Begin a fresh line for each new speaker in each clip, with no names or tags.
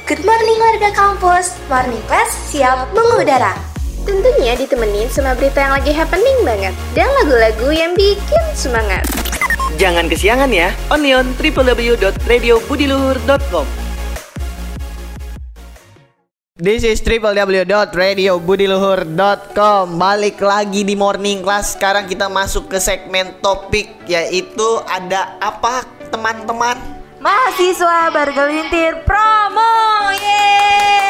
Good morning warga kampus, Morning Class siap mengudara.
Tentunya ditemenin sama berita yang lagi happening banget dan lagu-lagu yang bikin semangat.
Jangan kesiangan ya, only on www.radiobudiluhur.com.
This is www.radiobudiluhur.com. Balik lagi di Morning Class. Sekarang kita masuk ke segmen topik, yaitu ada apa teman-teman?
Mahasiswa bergelintir promo, yeay!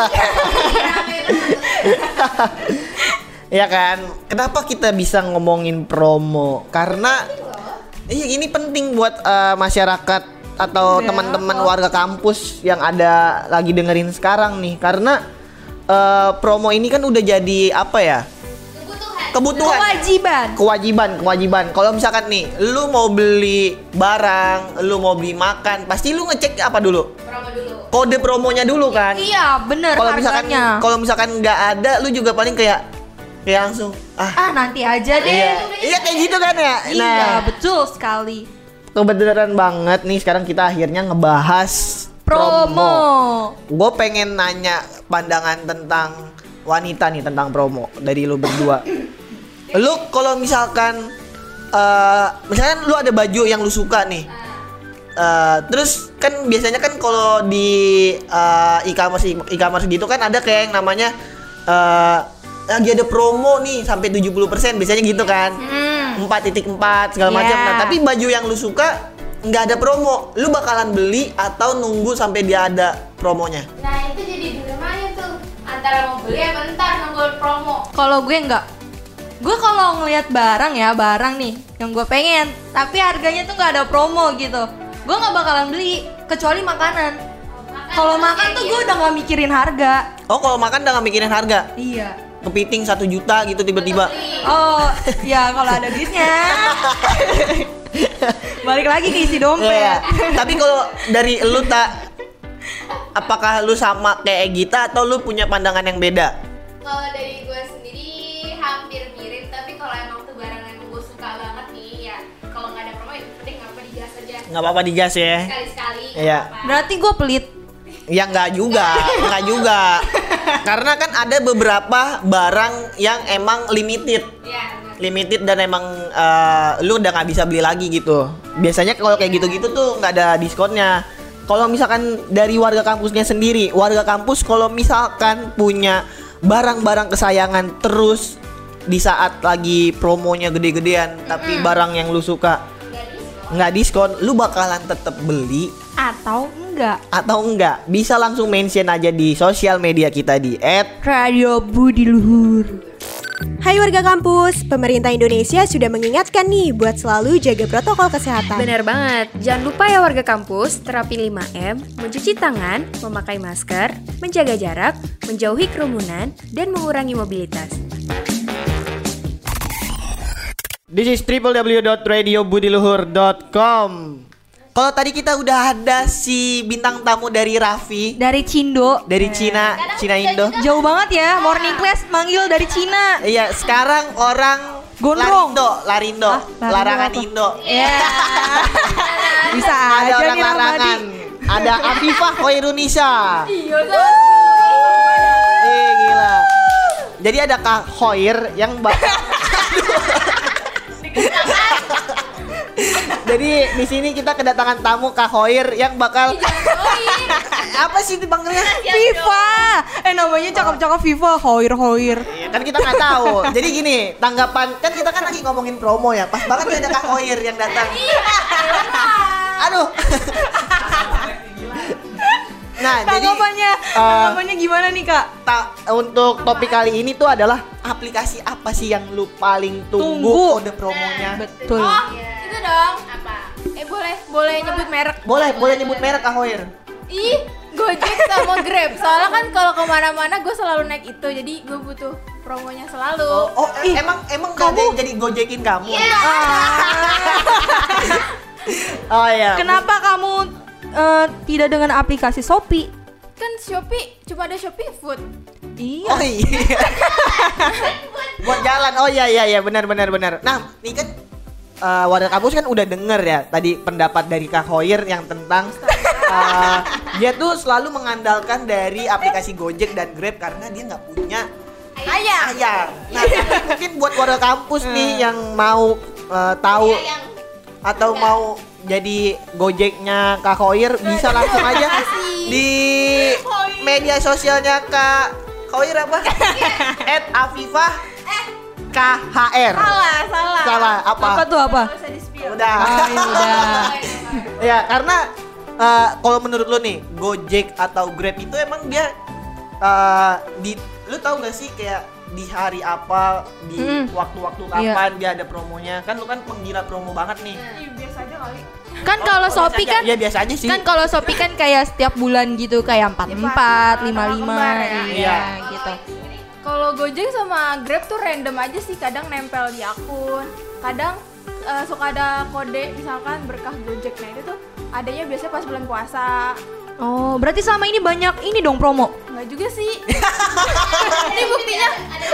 Ya kan? Kenapa kita bisa ngomongin promo? Karena ini penting buat masyarakat atau teman-teman warga kampus yang ada lagi dengerin sekarang nih. Karena promo ini kan udah jadi apa ya? Kebutuhan. Kewajiban. Kalau misalkan nih, lu mau beli barang, lu mau beli makan, pasti lu ngecek apa dulu? Promo dulu. Kode promonya dulu kan?
Iya, bener harganya.
Kalau misalkan nggak ada, lu juga paling kayak langsung
nanti aja deh.
Iya kayak gitu kan ya.
Iya, betul sekali.
Kebetulan banget nih sekarang kita akhirnya ngebahas promo. Gue pengen nanya pandangan tentang wanita nih tentang promo dari lu berdua. Lu kalau misalkan lu ada baju yang lu suka nih, terus kan biasanya kan kalau di e-commerce gitu kan ada kayak yang namanya lagi ada promo nih sampai 70%, biasanya gitu kan. 4.4 segala macam. Nah, tapi baju yang lu suka nggak ada promo, lu bakalan beli atau nunggu sampai dia ada promonya?
Nah, itu jadi dilemanya tuh, antara mau beli apa ntar nunggu promo.
Kalau gue enggak. Gue kalau ngelihat barang nih yang gue pengen, tapi harganya tuh nggak ada promo gitu, gue nggak bakalan beli kecuali makanan. Kalau makan tuh gue udah nggak mikirin harga.
Oh, kalau makan udah nggak mikirin harga?
Iya.
Kepiting 1 juta gitu tiba-tiba.
Oh, ya kalau ada duitnya. Balik lagi ke isi dompet.
Yeah. Tapi kalau dari lu apakah lu sama kayak Gita atau lu punya pandangan yang beda?
Kalau dari gue sendiri hampir mirip, tapi kalau emang tuh barang yang gue suka banget nih ya, kalau nggak ada promo ya penting nggak apa digas aja.
Nggak apa-apa digas ya.
Sekali-sekali.
Iya.
Berarti gue pelit.
Ya nggak juga. Karena kan ada beberapa barang yang emang limited.
Iya.
Limited dan emang lu udah nggak bisa beli lagi gitu. Biasanya kalau kayak gitu-gitu tuh nggak ada diskonnya. Kalau misalkan dari warga kampusnya sendiri, warga kampus kalau misalkan punya barang-barang kesayangan terus di saat lagi promonya gede-gedean, tapi barang yang lu suka nggak diskon, lu bakalan tetap beli
Atau enggak?
Bisa langsung mention aja di sosial media kita di
@radiobudiluhur.
Hai warga kampus, pemerintah Indonesia sudah mengingatkan nih buat selalu jaga protokol kesehatan.
Bener banget, jangan lupa ya warga kampus, terapi 5M, mencuci tangan, memakai masker, menjaga jarak, menjauhi kerumunan, dan mengurangi mobilitas.
This is www.radiobudiluhur.com. Kalau tadi kita udah ada si bintang tamu dari Raffi,
Dari Cindo.
dari Cina Indo.
Jauh banget ya, Morning Class manggil dari Cina.
Iya, sekarang orang
Gondrong.
Larindo, larangan
apa?
Indo.
Iya. Bisa
Ada
aja
orang
nih
larangan.
Ramadi.
Ada Afifah Khoirunisa.
Iya,
Gila. Jadi ada Kak Khoir yang Jadi di sini kita kedatangan tamu Kak Khoir yang bakal apa sih dipanggilnya?
Viva. Namanya cakep-cakep Viva. Khoir.
Ya, kan kita nggak tahu. Jadi gini, tanggapan kan kita kan lagi ngomongin promo ya. Pas banget nih ada Kak Khoir yang datang. Aduh. Nah,
tanggapannya gimana nih Kak?
Untuk topik kali ini tuh adalah aplikasi apa sih yang lu paling tunggu kode promonya?
Betul.
Oh, itu dong. Apa? Boleh nyebut merek.
Boleh nyebut merek Kak Khoir.
Ih, Gojek sama Grab. Soalnya kan kalau kemana-mana gue selalu naik itu, jadi gue butuh promonya selalu.
Emang gak ada yang jadi gojekin kamu? Oh iya.
Kenapa kamu tidak dengan aplikasi Shopee?
Kan Shopee cuma ada Shopee Food.
Iya.
Oh iya. Buat jalan. Oh iya benar. Nah, ini kan warga kampus kan udah denger ya tadi pendapat dari Kak Khoir yang tentang Dia tuh selalu mengandalkan dari aplikasi Gojek dan Grab karena dia nggak punya ayam. Nah, mungkin buat warga kampus nih yang mau tahu atau mau jadi Gojeknya Kak Khoir, bisa langsung aja di media sosialnya Kak Khoir apa? @afifah KHR. Salah apa?
Apa tuh apa?
Udah.
Udah.
Ya, karena kalau menurut lo nih, Gojek atau Grab itu emang dia lu tahu gak sih kayak di hari apa, di waktu-waktu kapan dia ada promonya? Kan lu kan penggila promo banget nih.
Biasa aja kali.
Kan kalau Shopee kan
ya biasa aja sih.
Kan kalau Shopee kan kayak setiap bulan gitu, kayak 44, 55
Iya.
gitu.
Kalau Gojek sama Grab tuh random aja sih, kadang nempel di akun, kadang suka ada kode misalkan berkah Gojek. Nah itu tuh adanya biasanya pas bulan puasa.
Oh, berarti selama ini banyak ini dong promo.
Enggak juga sih. Ini buktinya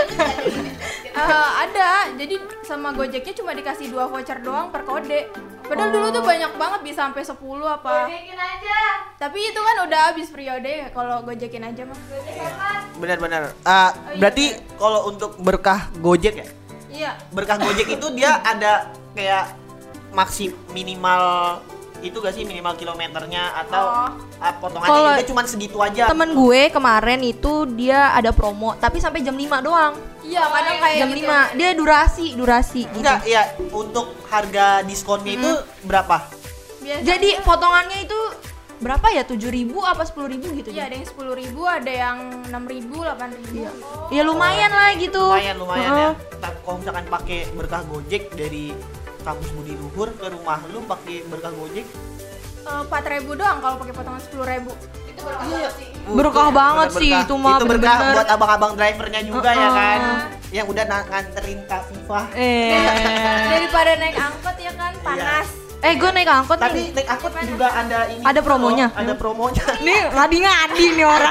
ada. Jadi sama Gojeknya cuma dikasih 2 voucher doang per kode. Padahal dulu tuh banyak banget, bisa sampai 10 apa. Gojekin aja. Tapi itu kan udah habis periode kalau Gojekin aja mah.
Benar-benar. Berarti kalau untuk berkah Gojek ya?
Iya.
Berkah Gojek itu dia ada kayak minimal itu gak sih, minimal kilometernya atau potongannya
Kalau
juga cuma segitu aja?
Temen gue kemarin itu dia ada promo tapi sampai jam 5 doang.
Iya, kadang kayak
Jam
gitu.
5. Dia durasi gitu.
Enggak, ya untuk harga diskonnya itu berapa?
Biasanya,
Jadi potongannya itu berapa ya? 7.000 apa 10.000 gitu?
iya, ada yang 10.000, ada yang 6.000, 8.000.
Ya lumayan lah gitu.
Lumayan ya. Tapi kalau misalkan pakai berkah Gojek dari kampus Budi Luhur ke rumah lu pakai berkah Gojek
4.000 doang kalau pakai potongan 10.000. Itu
Berkah banget sih itu mah,
itu berkah
bener-bener.
buat abang-abang drivernya juga ya kan, yang udah nganterin Kak Viva.
Daripada naik angkot ya kan, panas.
Gue naik angkot
Tapi
nih.
naik angkot juga ada ini.
Ada
juga
promonya?
loh, ada promonya.
Nih ngadi-ngadi nih orang.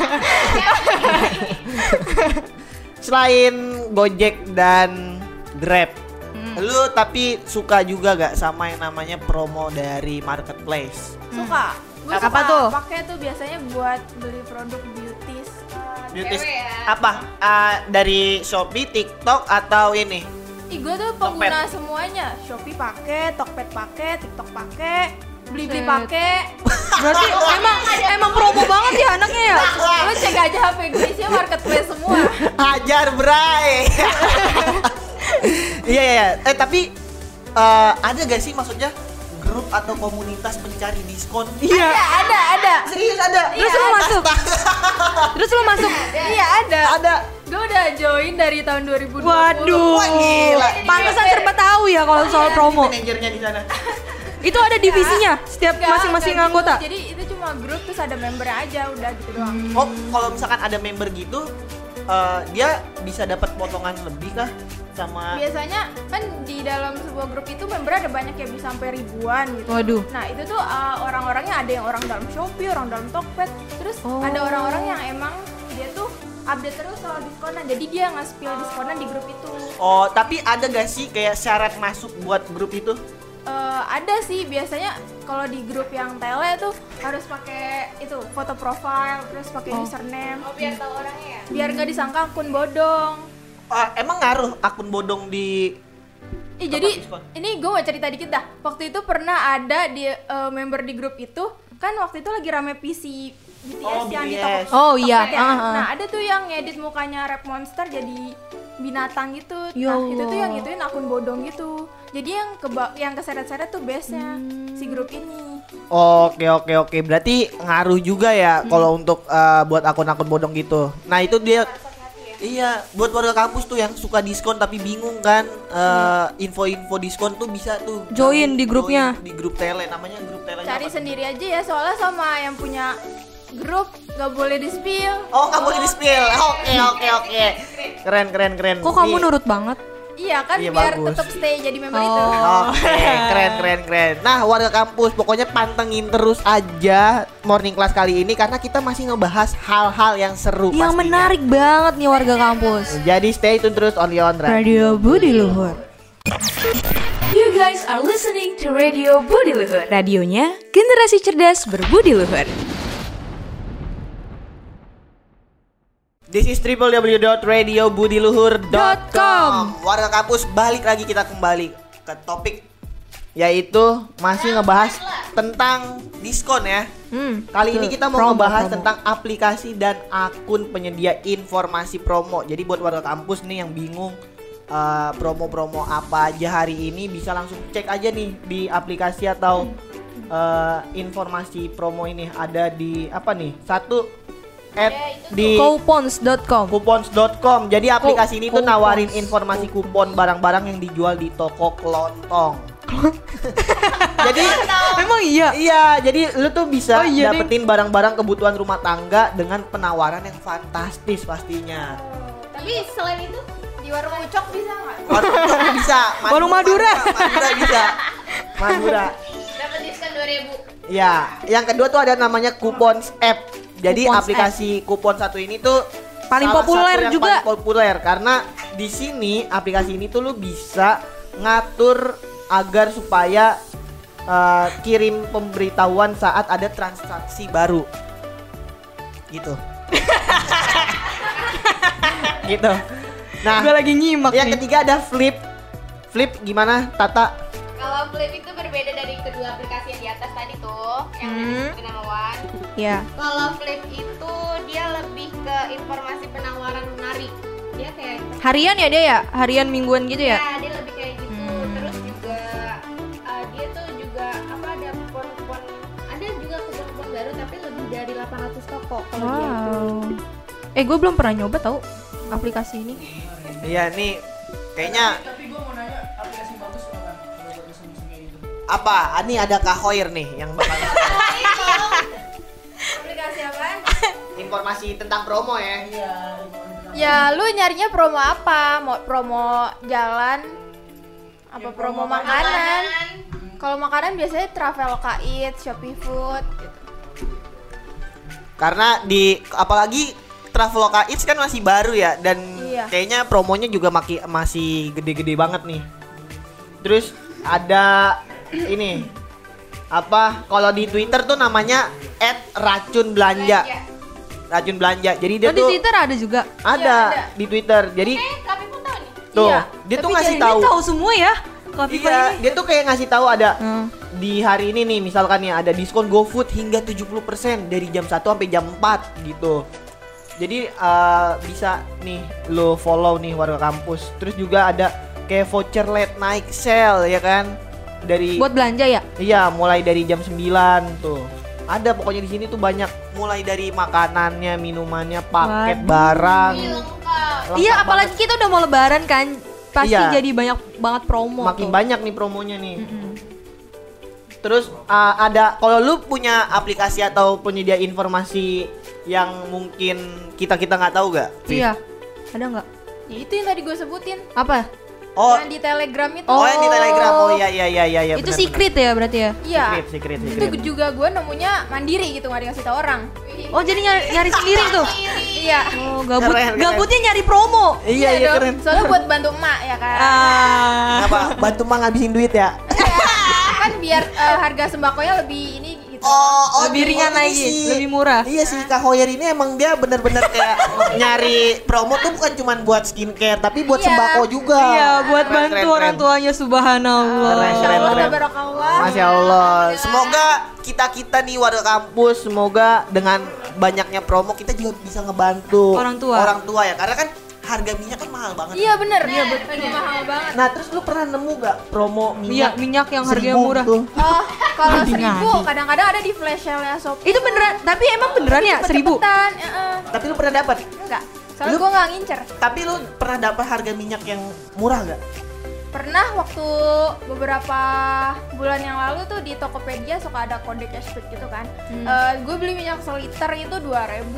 Selain Gojek dan Grab, lu tapi suka juga gak sama yang namanya promo dari marketplace?
Suka. Gue
Apa
suka
tuh?
pakai tuh biasanya buat beli produk beauties.
Beauties
cewek ya.
apa? Dari Shopee, TikTok atau ini?
Ih, gue tuh pengguna semuanya. Shopee pakai, Tokped pakai, TikTok pakai, Blibli
Set.
pakai.
Berarti emang promo banget ya anaknya ya.
Lo cek aja HP gue isinya marketplace semua.
Hajar bray. Iya. Tapi ada gak sih maksudnya grup atau komunitas pencari diskon?
Iya.
Ada.
Serius ada?
Terus lu masuk. Terus lu masuk.
Iya ada. Gue udah join dari tahun 2020.
Waduh.
Wah, gila.
Pantesan serba tahu ya kalau soal promo.
Manajernya di sana.
Itu ada divisinya setiap masing-masing
Enggak
anggota.
gitu. Jadi itu cuma grup terus ada membernya aja, udah gitu doang.
Oh, kalau misalkan ada member gitu, dia bisa dapat potongan lebih kah sama?
Biasanya kan di dalam sebuah grup itu member ada banyak ya, bisa sampai ribuan gitu.
Waduh.
Nah itu tuh orang-orangnya ada yang orang dalam Shopee, orang dalam Tokped, terus ada orang-orang yang emang dia tuh update terus soal diskonan, jadi dia nge-spill diskonan di grup itu.
Oh, tapi ada gak sih kayak syarat masuk buat grup itu?
Ada sih, biasanya kalau di grup yang tele tuh harus pakai itu foto profile, terus pakai username. Biar tahu orangnya ya. Biar nggak disangka akun bodong.
Emang ngaruh akun bodong di
Jadi
diskon?
ini gue mau cerita dikit dah. Waktu itu pernah ada di member di grup itu, kan waktu itu lagi rame PC BTS yang di
BTS.
Oh, iya.
Tokped ya. Nah ada tuh yang ngedit mukanya Rap Monster jadi binatang gitu.
Ya
Nah itu tuh
Allah.
yang gituin akun bodong gitu. Jadi yang keseret-seret tuh base-nya si grup ini.
Oke. Berarti ngaruh juga ya kalau untuk buat akun-akun bodong gitu. Nah, itu dia. Iya, buat warga kampus tuh yang suka diskon tapi bingung kan, info-info diskon tuh bisa tuh
Join di grupnya.
Join di grup tele, namanya grup tele.
Cari sendiri aja ya, soalnya sama yang punya grup gak boleh di-spill.
Oh, nggak boleh di-spill. Oke. Keren.
Kok kamu
Nih.
nurut banget?
Iya kan,
Iya,
biar
bagus.
tetap stay jadi member itu.
Oke, keren. Nah, warga kampus pokoknya pantengin terus aja Morning Class kali ini karena kita masih ngebahas hal-hal yang seru
Yang
pastinya.
menarik banget nih warga kampus.
Jadi stay tune terus on
Radio Budi Luhur.
Yuk
You guys are listening to Radio Budi Luhur. Radionya generasi cerdas berbudi luhur.
This is www.radiobudiluhur.com. Warga kampus, balik lagi kita kembali ke topik, yaitu masih ngebahas tentang diskon ya. Kali ini kita mau ngebahas tentang aplikasi dan akun penyedia informasi promo. Jadi buat warga kampus nih yang bingung promo-promo apa aja hari ini, bisa langsung cek aja nih di aplikasi atau informasi promo ini ada di apa nih? Di coupons.com. Jadi aplikasi ini tuh nawarin informasi kupon barang-barang yang dijual di toko kelontong. Jadi
Emang iya?
Iya, jadi lu tuh bisa dapetin barang-barang kebutuhan rumah tangga dengan penawaran yang fantastis pastinya.
Tapi selain itu di warung Ucok bisa nggak?
Warung Ucok bisa.
Warung Madura.
Madura bisa. Madura.
Dapat diskon 2.000.
Ya, yang kedua tuh ada namanya Coupons App. Jadi
Coupons
aplikasi kupon satu ini tuh
Paling
salah
populer
satu yang
juga.
paling populer karena di sini aplikasi ini tuh lu bisa ngatur agar supaya kirim pemberitahuan saat ada transaksi baru. Gitu. Gitu. Nah,
Gue lagi nyimak
yang
nih.
ketiga ada Flip. Flip gimana, Tata?
Kalau Flip itu berbeda dari kedua aplikasi yang di atas tadi tuh, yang disebutin sama Wan.
Ya.
Kalau Flip itu dia lebih ke informasi penawaran menarik. Dia kayak
Harian ya dia ya? Harian mingguan gitu ya?
dia lebih kayak gitu. Terus juga dia tuh juga apa ada kupon-kupon, ada juga kupon-kupon baru tapi lebih dari 800 toko kalau dia itu.
Gue belum pernah nyoba tau aplikasi ini.
Iya nih, kayaknya. Tapi gue mau nanya aplikasi bagus apa? Ini ada Kak Hoir nih yang bakal
Aplikasi apa?
informasi tentang promo ya.
Ya lu nyarinya promo apa? Mau promo jalan? Apa promo makanan? Kalau makanan biasanya Traveloka Eats, Shopee Food gitu.
Karena apalagi Traveloka Eats kan masih baru ya, dan kayaknya promonya juga masih gede-gede banget nih. Terus ada ini apa? Kalau di Twitter tuh namanya @racunbelanja. Racun belanja. Jadi dia
di
tuh
Twitter ada juga.
ada di Twitter. Jadi
Kami pun tahu nih.
tuh
Iya.
dia tuh
Tapi
ngasih
jadinya
tahu.
tahu semua ya. Kopipa
Iya,
ini.
dia tuh kayak ngasih tahu ada di hari ini nih, misalkan ya ada diskon GoFood hingga 70% dari jam 1 sampai jam 4 gitu. Jadi bisa nih lo follow nih warga kampus. Terus juga ada kayak voucher late night sale ya kan. Dari
Buat belanja ya?
iya, mulai dari jam 9 tuh. Ada pokoknya di sini tuh banyak, mulai dari makanannya, minumannya, paket barang. Lengkap
Iya, apalagi
banget.
kita udah mau lebaran kan. Pasti
Iya.
jadi banyak banget promo.
Makin
tuh.
banyak nih promonya nih. Terus ada, kalau lu punya aplikasi atau penyedia informasi yang mungkin kita nggak tahu gak?
Iya. Ada nggak?
Ya itu yang tadi gue sebutin.
Apa?
Oh,
Yang di Telegram itu.
oh yang di Telegram. Oh iya
Itu
benar,
secret ya berarti ya?
Iya.
Secret.
Itu juga gue nemunya mandiri gitu, nggak dikasih tau orang.
Oh, jadi nyari sendiri tuh.
Iya.
Oh,
Keren.
gabutnya nyari promo.
Iya
dong.
keren.
Soalnya buat bantu emak ya kan.
Kenapa? Bantu mah ngabisin duit ya?
Kan biar harga sembakonya lebih ini gitu.
Lebih ringan lagi, lebih murah.
Iya sih, Kak Hoyer ini emang dia bener-bener kayak nyari promo tuh bukan cuman buat skincare, tapi buat
Iya.
sembako juga.
Iya, buat
Keren,
bantu
keren,
orang
keren.
tuanya, subhanallah.
Keren.
Tabarakallah.
Masya Allah. Semoga kita nih warga kampus, semoga dengan banyaknya promo kita juga bisa ngebantu
Orang tua
ya, karena kan harga minyak kan mahal banget.
Iya bener. Iya betul. Mahal banget.
Nah, terus lu pernah nemu gak promo
Iya, minyak yang harganya
1.000
murah.
gitu?
Oh, kalau 1.000 kadang-kadang ada di flash sale-nya Shopee.
Itu beneran, tapi emang beneran ya 1.000?
Cepetan,
Tapi lu pernah dapat?
enggak. Soalnya
Lu-
gue nggak ngincer.
Tapi lu pernah dapat harga minyak yang murah gak?
Pernah waktu beberapa bulan yang lalu tuh di Tokopedia suka ada kode cashback gitu kan. Gue beli minyak seliter itu 2.000.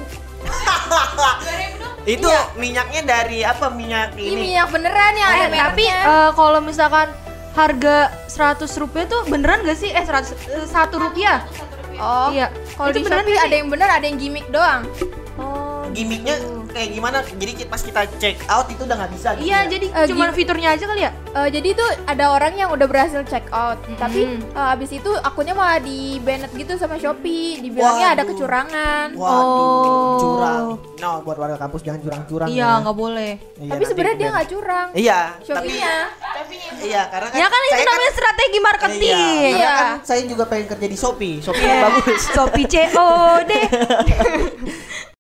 Itu
Iya.
minyaknya dari apa? Minyak
Ini
ini.
minyak beneran yang ada
Tapi
mereknya.
kalau misalkan harga 100 rupiah tuh beneran gak sih? 1 rupiah?
Oh,
Iya.
kalau
Itu
di
beneran
Shopee
nggak sih?
ada yang bener, ada yang gimmick doang.
Oh,
gimmicknya kayak gimana? Jadi pas kita check out itu udah nggak bisa gitu
Iya,
ya?
jadi cuma fiturnya aja kali ya?
Jadi tuh ada orang yang udah berhasil check out, tapi abis itu akunnya malah di banned gitu sama Shopee, dibilangnya ada
Waduh.
kecurangan.
Waduh, curang. No, buat warga kampus jangan curang-curang
Iya,
ya.
nggak boleh.
Iya,
Tapi
nanti
sebenarnya dia
ban.
nggak curang.
Iya,
Shopee-nya.
iya karena kan
Ya kan itu
saya
namanya strategi marketing.
Iya,
Iya.
karena kan saya juga pengen kerja di Shopee. Shopee yang bagus.
Shopee COD.